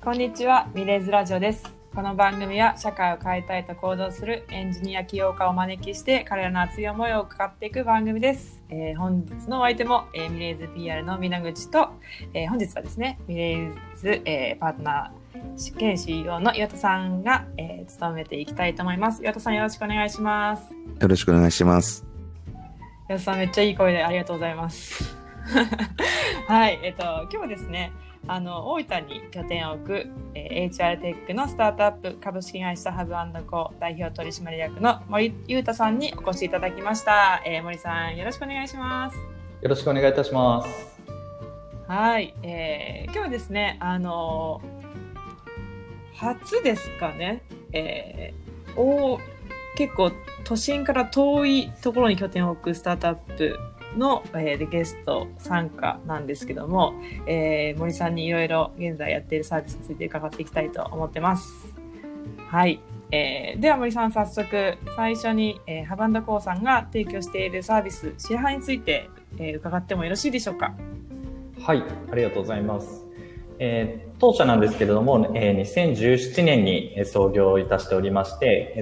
こんにちは、ミレーズラジオです。この番組は社会を変えたいと行動するエンジニア起業家をお招きして彼らの熱い思いを伺っていく番組です。本日のお相手も、ミレーズ PR の皆口と、本日はですね、ミレーズ、パートナー兼 CEO の岩田さんが、務めていきたいと思います。岩田さん、よろしくお願いします。 よろしくお願いします。 岩田さん、めっちゃいい声でありがとうございます。はい、今日はですね、大分に拠点を置く、HR テックのスタートアップ株式会社ハブ&コ代表取締役の森裕太さんにお越しいただきました。森さん、よろしくお願いします。 よろしくお願いいたします。 はい、今日はですね、初ですかね、結構都心から遠いところに拠点を置くスタートアップの、ゲスト参加なんですけども、森さんにいろいろ現在やっているサービスについて伺っていきたいと思ってます。はい、では森さん、早速最初に、ハブ&コーさんが提供しているサービスシェアについて、伺ってもよろしいでしょうか。 はい、ありがとうございます。当社なんですけれども、2017年に創業いたしておりまして、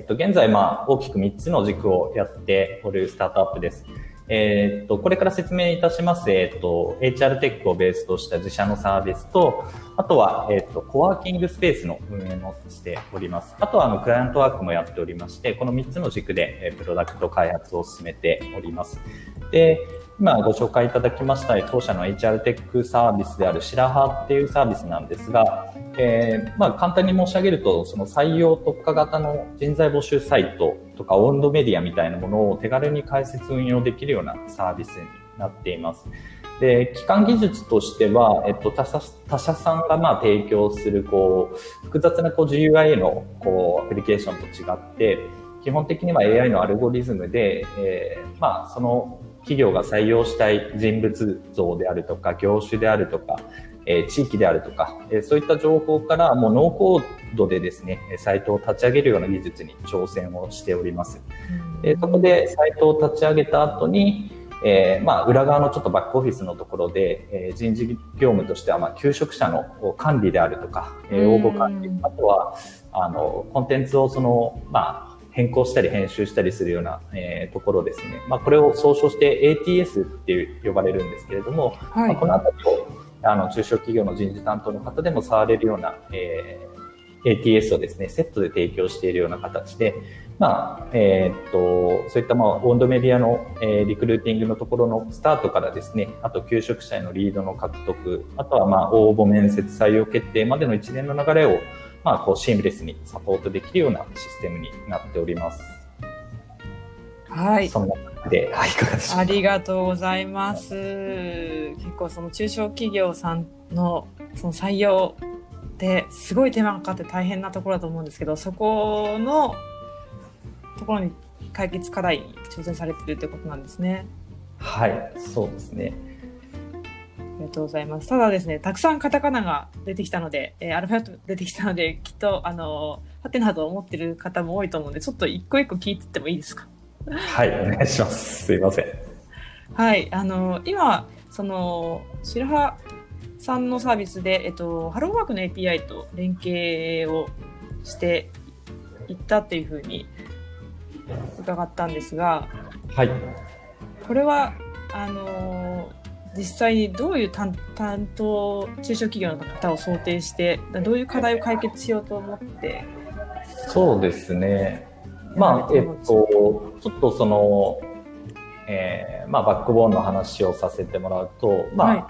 現在大きく3つの軸をやっておるスタートアップです。これから説明いたします、HR テックをベースとした自社のサービスと、あとは、コワーキングスペースの運営もしております。あとは、クライアントワークもやっておりまして、この3つの軸で、プロダクト開発を進めております。で、今ご紹介いただきました当社の HR テックサービスである白羽っていうサービスなんですが、簡単に申し上げると、その採用特化型の人材募集サイトとかオウンドメディアみたいなものを手軽に解説運用できるようなサービスになっています。で、基幹技術としては、他社さんが提供する複雑なGUI のアプリケーションと違って、基本的には AI のアルゴリズムで、その企業が採用したい人物像であるとか、業種であるとか、地域であるとか、そういった情報からもうノーコードでですね、サイトを立ち上げるような技術に挑戦をしております。そこでサイトを立ち上げた後に、裏側のちょっとバックオフィスのところで、人事業務としては、求職者の管理であるとか、応募管理、あとは、コンテンツを変更したり編集したりするような、ところですね。これを総称して ATS って呼ばれるんですけれども、はい、このあたりを中小企業の人事担当の方でも触れるような、ATS をですね、セットで提供しているような形で、そういったオンドメディアの、リクルーティングのところのスタートからですね、あと求職者へのリードの獲得、あとは応募面接採用決定までの一連の流れをシームレスにサポートできるようなシステムになっております。 はい。 そんな感じで、はい、いかがでしょうか。 ありがとうございます。結構その中小企業さんのその採用ですごい手間がかかって大変なところだと思うんですけど、そこのところに解決課題に挑戦されているということなんですね。はい、 そうですね。 ありがとうございます。ただですね、たくさんカタカナが出てきたので、アルファベット出てきたので、きっとハテナと思ってる方も多いと思うので、ちょっと一個一個聞いてってもいいですか？ はい、お願いします。すいません。 はい、今その白羽さんのサービスで、ハローワークの API と連携をしていったっていうふうに伺ったんですが、 はい。 これは実際にどういう担当中小企業の方を想定してどういう課題を解決しようと思って。 そうですね、ちょっとその、バックボーンの話をさせてもらうと、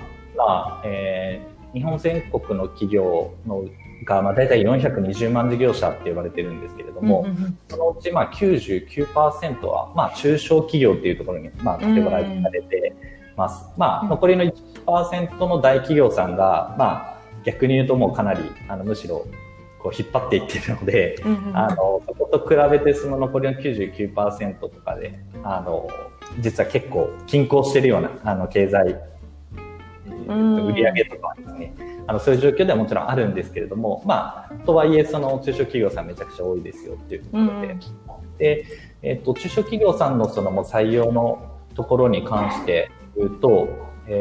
日本全国の企業がだいたい420万事業者って呼ばれてるんですけれども、そのうち99% は中小企業っていうところにカテゴライズされてます。残りの 1% の大企業さんが、逆に言うともうかなりむしろ引っ張っていっているので、そこと比べてその残りの 99% とかで実は結構均衡しているような経済売上とかはですね、そういう状況ではもちろんあるんですけれども、とはいえその中小企業さんめちゃくちゃ多いですよっていうところで、中小企業さんのそのもう採用のところに関して言うと、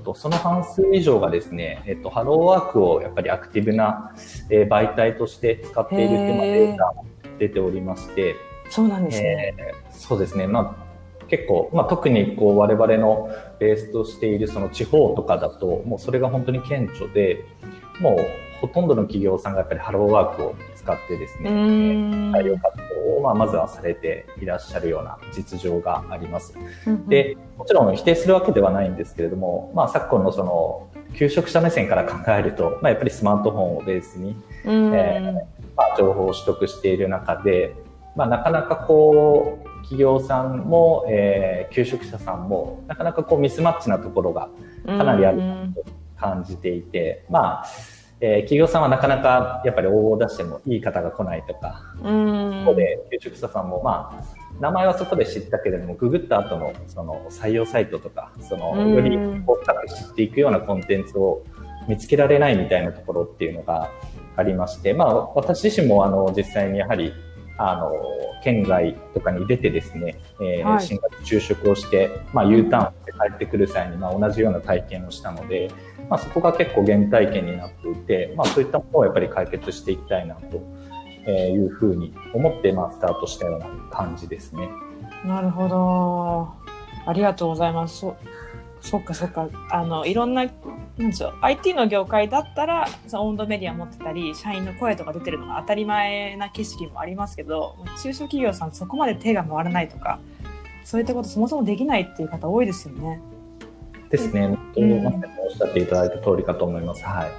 その半数以上がですね、ハローワークをやっぱりアクティブな、媒体として使っているっていうデータも出ておりまして、 そうなんですね。 そうですね。結構、特に我々のベースとしているその地方とかだと、もうそれが本当に顕著で、もうほとんどの企業さんがやっぱりハローワークを使ってですね、採用活動をまずはされていらっしゃるような実情があります。で、もちろん否定するわけではないんですけれども、昨今のその求職者目線から考えると、やっぱりスマートフォンをベースに、情報を取得している中で、なかなか企業さんも、求職者さんもなかなかミスマッチなところがかなりあると感じていて、企業さんはなかなかやっぱり応募を出してもいい方が来ないとか、そこで求職者さんも名前はそこで知ったけれども、ググった後のその採用サイトとか、より深く知っていくようなコンテンツを見つけられないみたいなところっていうのがありまして、私自身も実際にやはり県外とかに出てですね、進学就職をして、U ターンで帰ってくる際に同じような体験をしたので、そこが結構原体験になっていて、そういったものをやっぱり解決していきたいなというふうに思って、スタートしたような感じですね。 なるほど。ありがとうございます。そっか。いろんな、なんでしょう、IT の業界だったら、温度メディア持ってたり、社員の声とか出てるのが当たり前な景色もありますけど、中小企業さんそこまで手が回らないとか、そういったことそもそもできないっていう方多いですよね。 ですね。まさにおっしゃっていただいた通りかと思います。はい。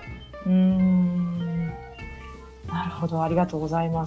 なるほど、ありがとうございます。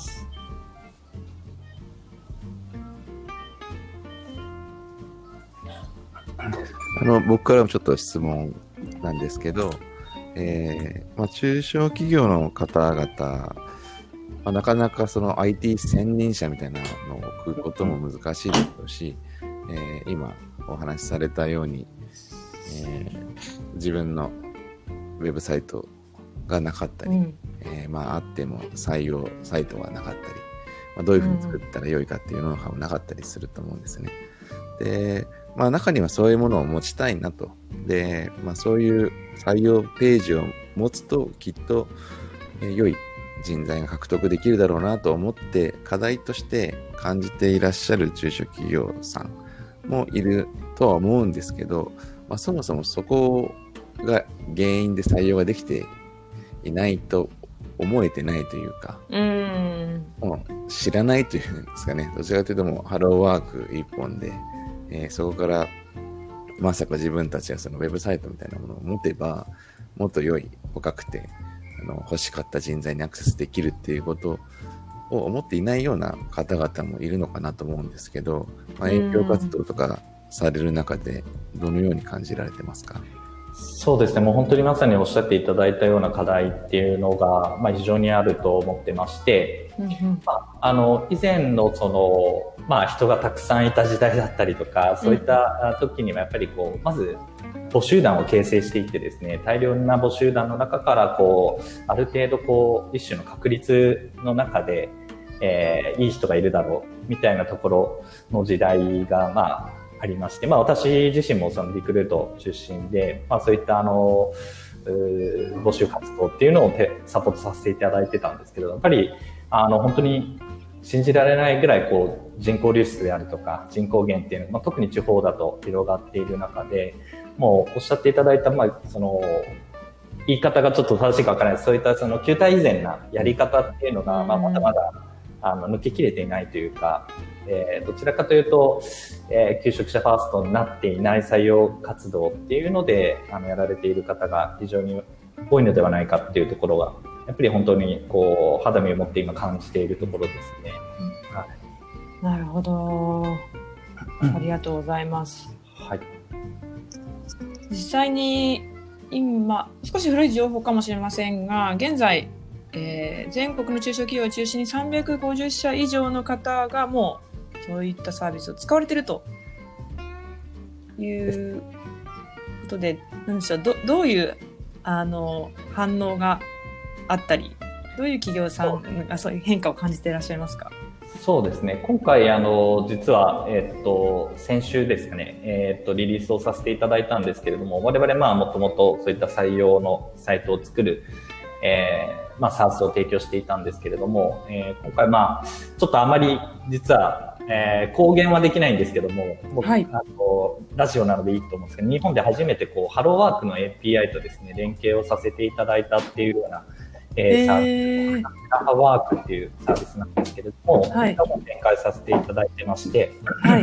僕からもちょっと質問なんですけど、中小企業の方々、なかなかその IT 専任者みたいなのを置くことも難しいでしょうし、今お話しされたように、自分のウェブサイトがなかったり、あっても採用サイトがなかったり、どういうふうに作ったらよいかっていうノウハウもなかったりすると思うんですね。で、中にはそういうものを持ちたいなと。で、そういう採用ページを持つときっと、良い人材が獲得できるだろうなと思って課題として感じていらっしゃる中小企業さんもいるとは思うんですけど、そもそもそこが原因で採用ができていないと思えてないというか、もう知らないというんですかね。どちらかというともうハローワーク一本で、そこからまさか自分たちがそのウェブサイトみたいなものを持てばもっと良い、深くて欲しかった人材にアクセスできるっていうことを思っていないような方々もいるのかなと思うんですけど、営業活動とかされる中でどのように感じられてますか？ そうですね。もう本当にまさにおっしゃっていただいたような課題っていうのが、非常にあると思ってまして、以前の人がたくさんいた時代だったりとか、そういった時にはやっぱりまず募集団を形成していってですね、大量な募集団の中からある程度一種の確率の中で、いい人がいるだろうみたいなところの時代がありまして、私自身もそのリクルート出身で、そういった募集活動っていうのをサポートさせていただいてたんですけど、やっぱり本当に信じられないぐらい人口流出であるとか人口減っていうのが、特に地方だと広がっている中で、もうおっしゃっていただいた、その言い方がちょっと正しいかわからないです。そういったその旧態以前なやり方っていうのが、まだまだ抜けきれていないというか、どちらかというと、求職者ファーストになっていない採用活動っていうのでやられている方が非常に多いのではないかっていうところがやっぱり本当に肌身を持って今感じているところですね。はい、 なるほど。ありがとうございます。 はい。 実際に今少し古い情報かもしれませんが、現在、全国の中小企業を中心に350社以上の方がもうそういったサービスを使われているということで、何でしょう、どういう反応があったり、どういう企業さんがそういう変化を感じていらっしゃいますか？ そうですね。今回、実は、先週ですかね、リリースをさせていただいたんですけれども、我々、もともとそういった採用のサイトを作る、サースを提供していたんですけれども、今回、ちょっとあまり、実は、公言はできないんですけども、僕、 はい、 ラジオなのでいいと思うんですけど、日本で初めてハローワークの API とですね、連携をさせていただいたっていうような、サービス、ハローワークっていうサービスなんですけれども、 はい、 展開させていただいてまして、 はい、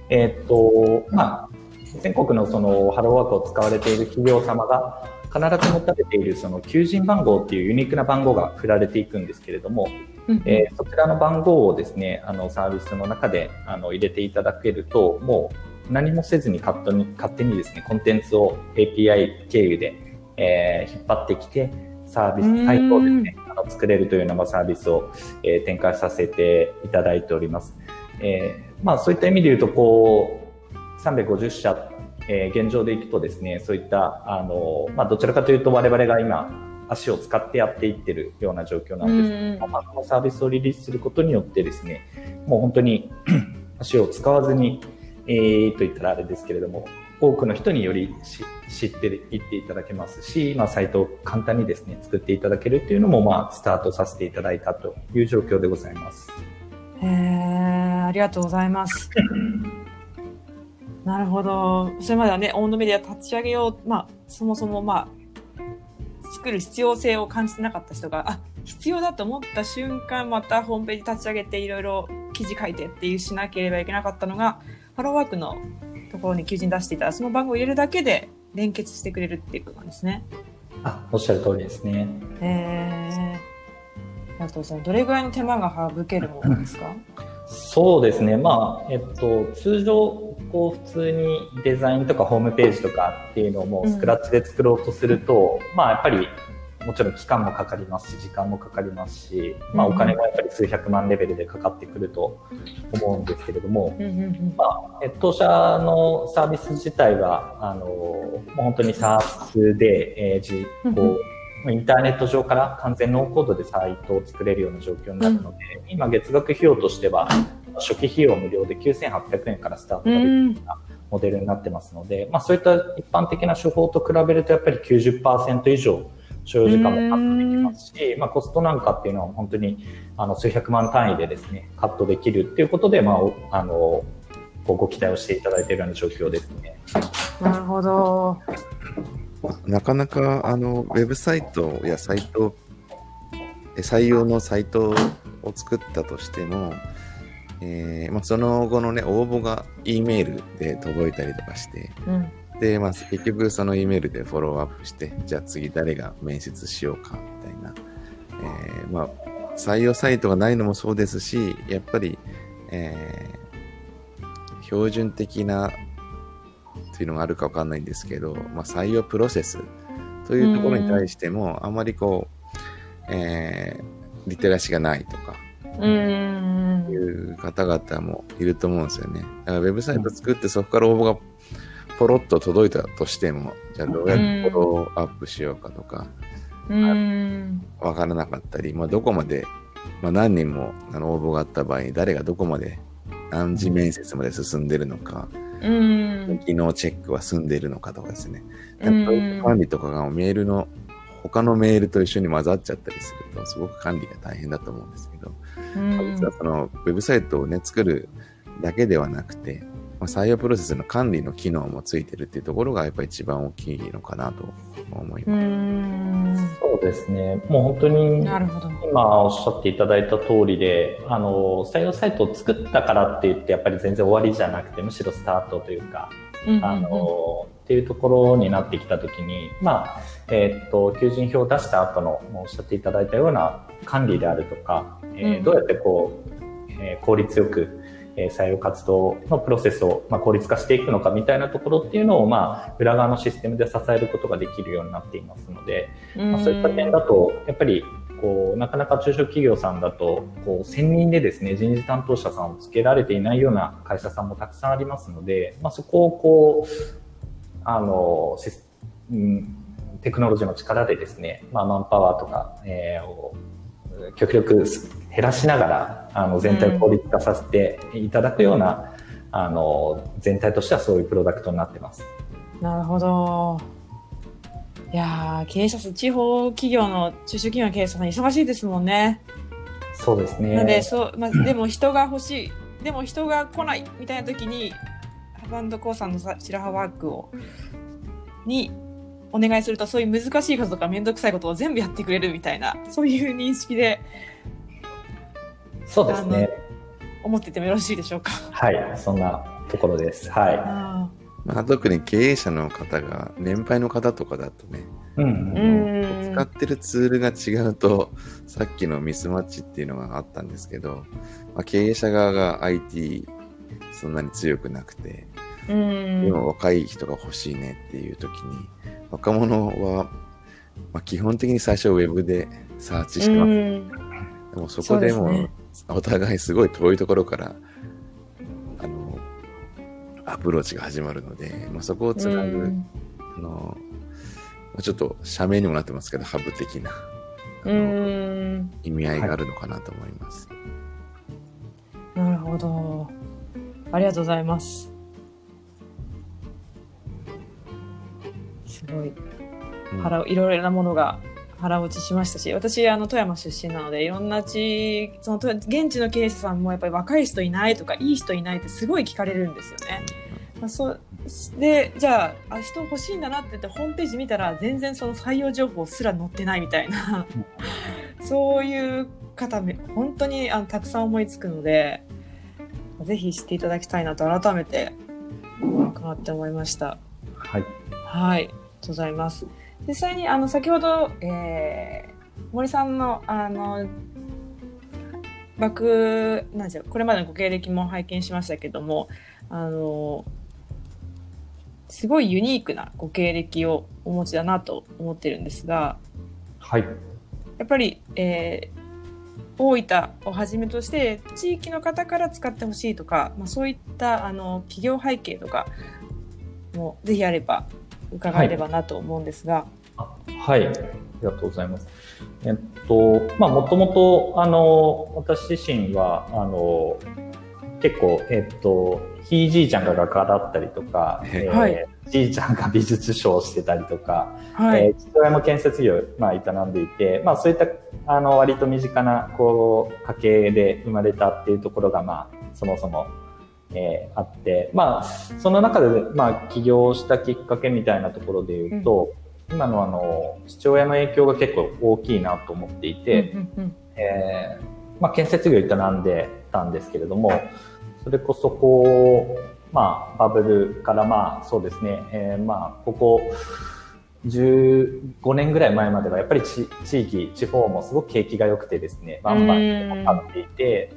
全国のそのハローワークを使われている企業様が必ず持たれているその求人番号っていうユニークな番号が振られていくんですけれども、そちらの番号をですね、サービスの中で入れていただけると、もう何もせずに勝手にですね、コンテンツを API 経由で、引っ張ってきて、サイトをですね、作れるというようなサービスを、展開させていただいております。そういった意味で言うと、350社、現状でいくとですね、そういった、どちらかというと我々が今、足を使ってやっていってるような状況なんですけど、このサービスをリリースすることによってですね、もう本当に足を使わずに、と言ったらあれですけれども、多くの人により知っていっていただけますし、サイトを簡単にですね、作っていただけるというのも、スタートさせていただいたという状況でございます。 ありがとうございます。なるほど。それまではね、オウンドメディア立ち上げよう、そもそも作る必要性を感じてなかった人が、必要だと思った瞬間、またホームページ立ち上げていろいろ記事書いてっていうしなければいけなかったのが、ハローワークのところに求人出していたら、その番号を入れるだけで連結してくれるっていうことなんですね。 おっしゃる通りですね。 ありがとうございます。どれぐらいの手間が省けるものなんですか？ そうですね。通常、普通にデザインとかホームページとかっていうのをもうスクラッチで作ろうとすると、やっぱりもちろん期間もかかりますし、時間もかかりますし、お金もやっぱり数百万レベルでかかってくると思うんですけれども、当社のサービス自体は、もう本当に SaaS で、インターネット上から完全ノーコードでサイトを作れるような状況になるので、今月額費用としては初期費用無料で9800円からスタートができるようなモデルになってますので、そういった一般的な手法と比べるとやっぱり 90% 以上所要時間もカットできますし、コストなんかっていうのは本当に数百万単位でですね、カットできるっていうことで、ご期待をしていただいているような状況ですね。 なるほど。 なかなかウェブサイトや採用のサイトを作ったとしても、その後のね、応募が E メールで届いたりとかして、で、結局その E メールでフォローアップして、じゃあ次誰が面接しようかみたいな、採用サイトがないのもそうですし、やっぱり、標準的なっていうのがあるかわかんないんですけど、採用プロセスというところに対しても、あまりリテラシーがないとか、いう方々もいると思うんですよね。だからウェブサイト作ってそこから応募がポロッと届いたとしても、じゃあどうやってフォローアップしようかとか、わからなかったり、どこまで、何人も応募があった場合に誰がどこまで何次面接まで進んでるのか、技能チェックは済んでいるのかとかですね。管理とかが他のメールと一緒に混ざっちゃったりすると、すごく管理が大変だと思うんですけど、実はそのウェブサイトをね、作るだけではなくて、採用プロセスの管理の機能もついてるっていうところがやっぱり一番大きいのかなと思います。 そうですね。もう本当に今おっしゃっていただいた通りで、採用サイトを作ったからって言ってやっぱり全然終わりじゃなくて、むしろスタートというか、っていうところになってきたときに、求人票を出した後のおっしゃっていただいたような管理であるとか、どうやって効率よく採用活動のプロセスを効率化していくのかみたいなところっていうのを裏側のシステムで支えることができるようになっていますので、そういった点だとやっぱりなかなか中小企業さんだと専任でですね、人事担当者さんをつけられていないような会社さんもたくさんありますので、そこをテクノロジーの力でですね、マンパワーとか、 極力減らしながら、全体を効率化させていただくような、全体としてはそういうプロダクトになってます。 なるほど。いやー、経営者さん、地方企業の、中小企業の経営者さん忙しいですもんね。 そうですね。 なので、でも人が欲しい、でも人が来ないみたいな時に、ハバンドコーさんの白羽ワークにお願いすると、そういう難しいこととかめんどくさいことを全部やってくれるみたいな、そういう認識で、 そうですね。 思っててもよろしいでしょうか。 はい、そんなところです。はい。 特に経営者の方が年配の方とかだとね、使ってるツールが違うとさっきのミスマッチっていうのがあったんですけど、経営者側が IT そんなに強くなくて、でも若い人が欲しいねっていう時に若者は、基本的に最初ウェブでサーチしてます。でもそこでもお互いすごい遠いところからアプローチが始まるので、そこをつなぐ、ちょっと社名にもなってますけど、ハブ的な意味合いがあるのかなと思います。 なるほど。ありがとうございます。すごい。いろいろなものが腹落ちしましたし、私、富山出身なので、いろんな現地の経営者さんもやっぱり若い人いないとか、いい人いないってすごい聞かれるんですよね。で、じゃあ、人欲しいんだなって言ってホームページ見たら、全然その採用情報すら載ってないみたいな、そういう方、本当にたくさん思いつくので、ぜひ知っていただきたいなと改めて伺って思いました。 はい。 はい。ありがとうございます。実際に先ほど、森さんのなんでしょう、これまでのご経歴も拝見しましたけども、すごいユニークなご経歴をお持ちだなと思ってるんですが、 はい。 やっぱり、大分をはじめとして地域の方から使ってほしいとか、そういった企業背景とかもぜひあれば伺えればなと思うんですが。 はい。ありがとうございます。もともと、私自身は、結構、ひいじいちゃんが画家だったりとか、じいちゃんが美術賞をしてたりとか、父親も建設業を、営んでいて、そういった、割と身近な、家系で生まれたっていうところが、そもそも、あって、その中で、起業したきっかけみたいなところで言うと、今の父親の影響が結構大きいなと思っていて、建設業営んでたんですけれども、それこそバブルからそうですね、ここ15年ぐらい前まではやっぱり地方もすごく景気が良くてですね、バンバン買っていて、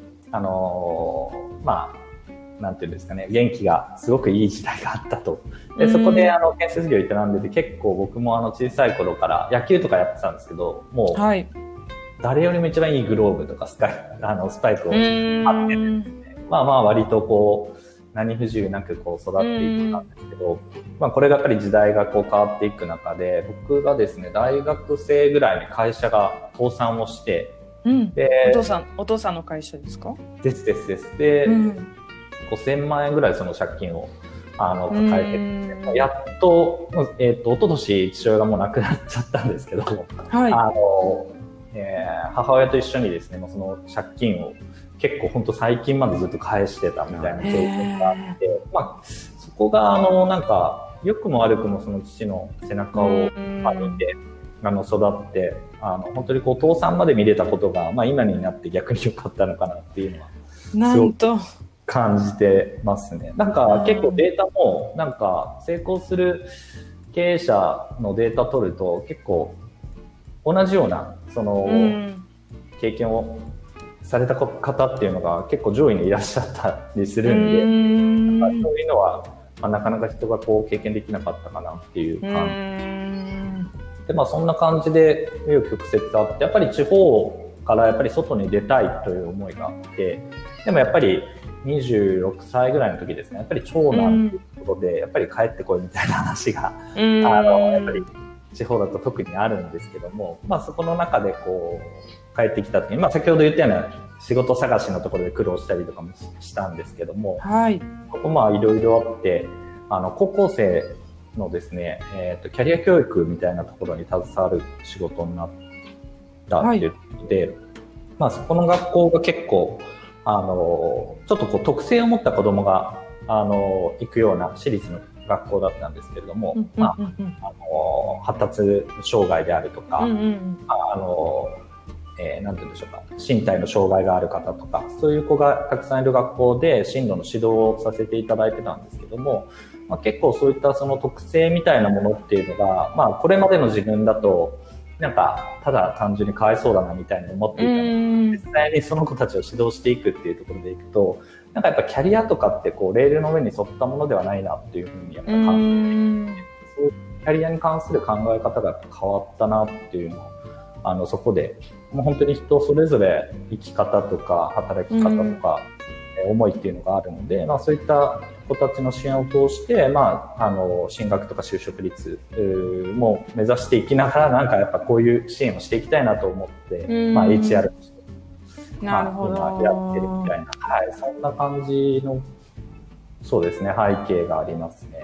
なんていうんですかね、元気がすごくいい時代があったと。で、そこで建設業営んでて、結構僕も小さい頃から野球とかやってたんですけど、もう、誰よりも一番いいグローブとかスパイクを貼ってですね、割と何不自由なく育っていったんですけど、これがやっぱり時代が変わっていく中で、僕がですね、大学生ぐらいに会社が倒産をして、 で、お父さんの会社ですか？ です。で、5000万円ぐらいその借金を抱えて、やっと、一昨年父親がもう亡くなっちゃったんですけど、母親と一緒にですね、その借金を結構本当最近までずっと返してたみたいな状況があって、そこがなんか良くも悪くもその父の背中を見て育って、本当に倒産まで見れたことが、今になって逆に良かったのかなっていうのはなんと感じてますね。なんか結構データもなんか成功する経営者のデータ取ると結構同じようなその経験をされた方っていうのが結構上位にいらっしゃったりするんで、そういうのは、なかなか人が経験できなかったかなっていう感じで、そんな感じで紆余曲折あって、やっぱり地方からやっぱり外に出たいという思いがあって、でもやっぱり26歳ぐらいの時ですね、やっぱり長男ということで、やっぱり帰ってこいみたいな話がやっぱり地方だと特にあるんですけども、そこの中で帰帰ってきた時に、先ほど言ったような仕事探しのところで苦労したりとかもしたんですけども、 はい。 ここいろいろあって、高校生のですね、キャリア教育みたいなところに携わる仕事になったっていうことで、そこの学校が結構、ちょっと特性を持った子供が、行くような私立の学校だったんですけれども、発達障害であるとか、なんて言うんでしょうか、身体の障害がある方とか、そういう子がたくさんいる学校で進路の指導をさせていただいてたんですけども、結構そういったその特性みたいなものっていうのが、これまでの自分だと、なんか、ただ単純にかわいそうだなみたいに思っていたので、実際にその子たちを指導していくっていうところでいくと、なんかやっぱキャリアとかってレールの上に沿ったものではないなっていうふうにやっぱ感じて、そういうキャリアに関する考え方がやっぱ変わったなっていうのを、そこで、もう本当に人それぞれ生き方とか働き方とか、思いっていうのがあるので、そういった子たちの支援を通して、進学とか就職率も目指していきながら、なんかやっぱこういう支援をしていきたいなと思って、HR として、 なるほど。 今やってるみたいな、そんな感じの、そうですね、背景がありますね。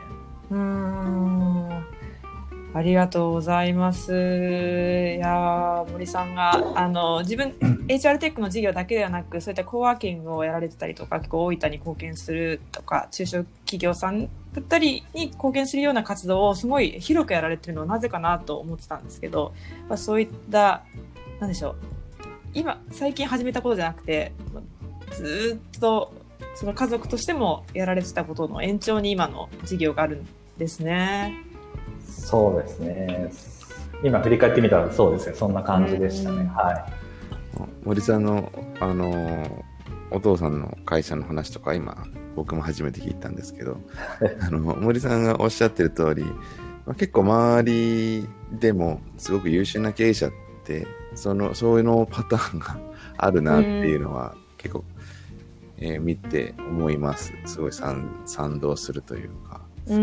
ありがとうございます。いや森さんが自分HR テックの事業だけではなく、そういったコワーキングをやられてたりとか、結構大分に貢献するとか、中小企業さんだったりに貢献するような活動をすごい広くやられてるのはなぜかなと思ってたんですけど、そういったなんでしょう、最近始めたことじゃなくて、ずっとその家族としてもやられてたことの延長に今の事業があるんですね。 そうですね。今振り返ってみたらそうですね。そんな感じでしたね。 森さんのお父さんの会社の話とか今僕も初めて聞いたんですけど森さんがおっしゃってる通り、結構周りでもすごく優秀な経営者ってそういうのパターンがあるなっていうのは結構、見て思います。すごい賛同するというか。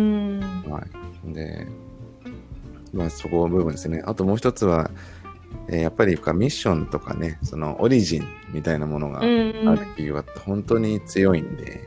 で、そこの部分ですね。あともう一つは、やっぱりミッションとかね、そのオリジンみたいなものがある企業は本当に強いんで、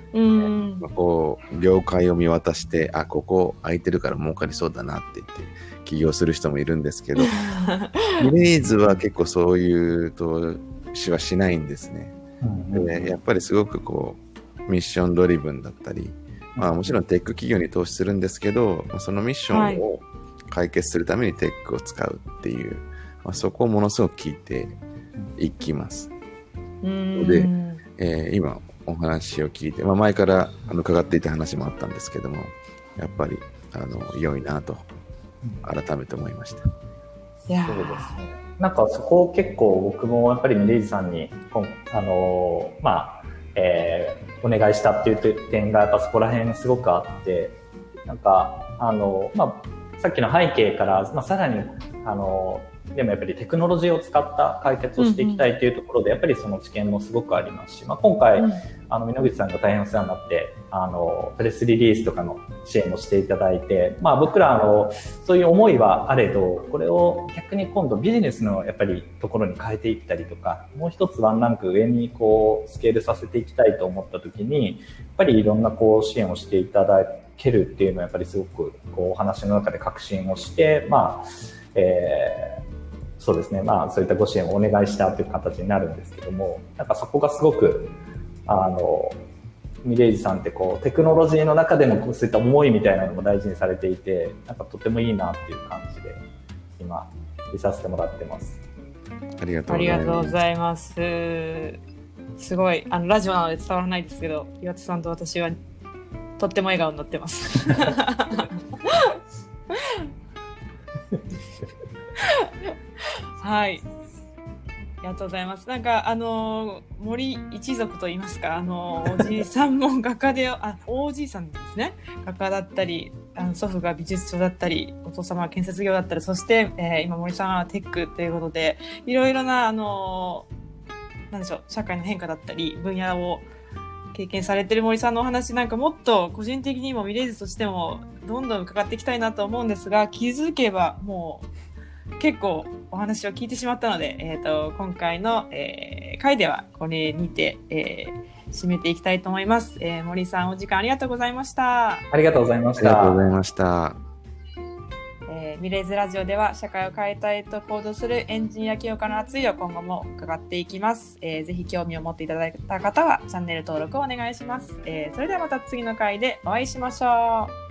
業界を見渡して、ここ空いてるから儲かりそうだなって言って起業する人もいるんですけど、イメージは結構そういう投資はしないんですね。でやっぱりすごくミッションドリブンだったり、もちろんテック企業に投資するんですけど、そのミッションを解決するためにテックを使うっていう、そこをものすごく聞いていきます。で、今お話を聞いて、前から伺っていた話もあったんですけども、やっぱり良いなと改めて思いました。 そうですね。なんかそこを結構僕もやっぱりミレイジさんにお願いしたっていう点がやっぱそこら辺すごくあって、なんかさっきの背景から、さらにでもやっぱりテクノロジーを使った解決をしていきたいというところで、やっぱりその知見もすごくありますし、今回箕口さんが大変お世話になってプレスリリースとかの支援もしていただいて、僕らそういう思いはあれど、これを逆に今度ビジネスのやっぱりところに変えていったりとか、もう一つワンランク上にスケールさせていきたいと思った時に、やっぱりいろんな支援をしていただけるっていうのはやっぱりすごくお話の中で確信をして、そうですね、そういったご支援をお願いしたという形になるんですけども、なんかそこがすごくミレイジさんってテクノロジーの中でもそういった思いみたいなのも大事にされていて、なんかとてもいいなっていう感じで今見させてもらってます。 ありがとうございます。 すごいラジオなので伝わらないですけど、岩田さんと私はとっても笑顔になってますはい、ありがとうございます。なんか森一族といいますか、おじいさんも画家でおじいさんですね、画家だったり、祖父が美術商だったり、お父様は建設業だったり、そして、今森さんはテックということで、いろいろななんでしょう、社会の変化だったり分野を経験されてる森さんのお話、なんかもっと個人的にもミレイジとしてもどんどん伺っていきたいなと思うんですが、気づけばもう結構お話を聞いてしまったので、今回の、回ではこれにて、締めていきたいと思います。森さん、お時間ありがとうございました。 ありがとうございましありがとうございた。 ました。 ミレーズラジオでは社会を変えたいと行動するエンジニア起業家の熱意を今後も伺っていきます。ぜひ興味を持っていただいた方はチャンネル登録をお願いします。それではまた次の回でお会いしましょう。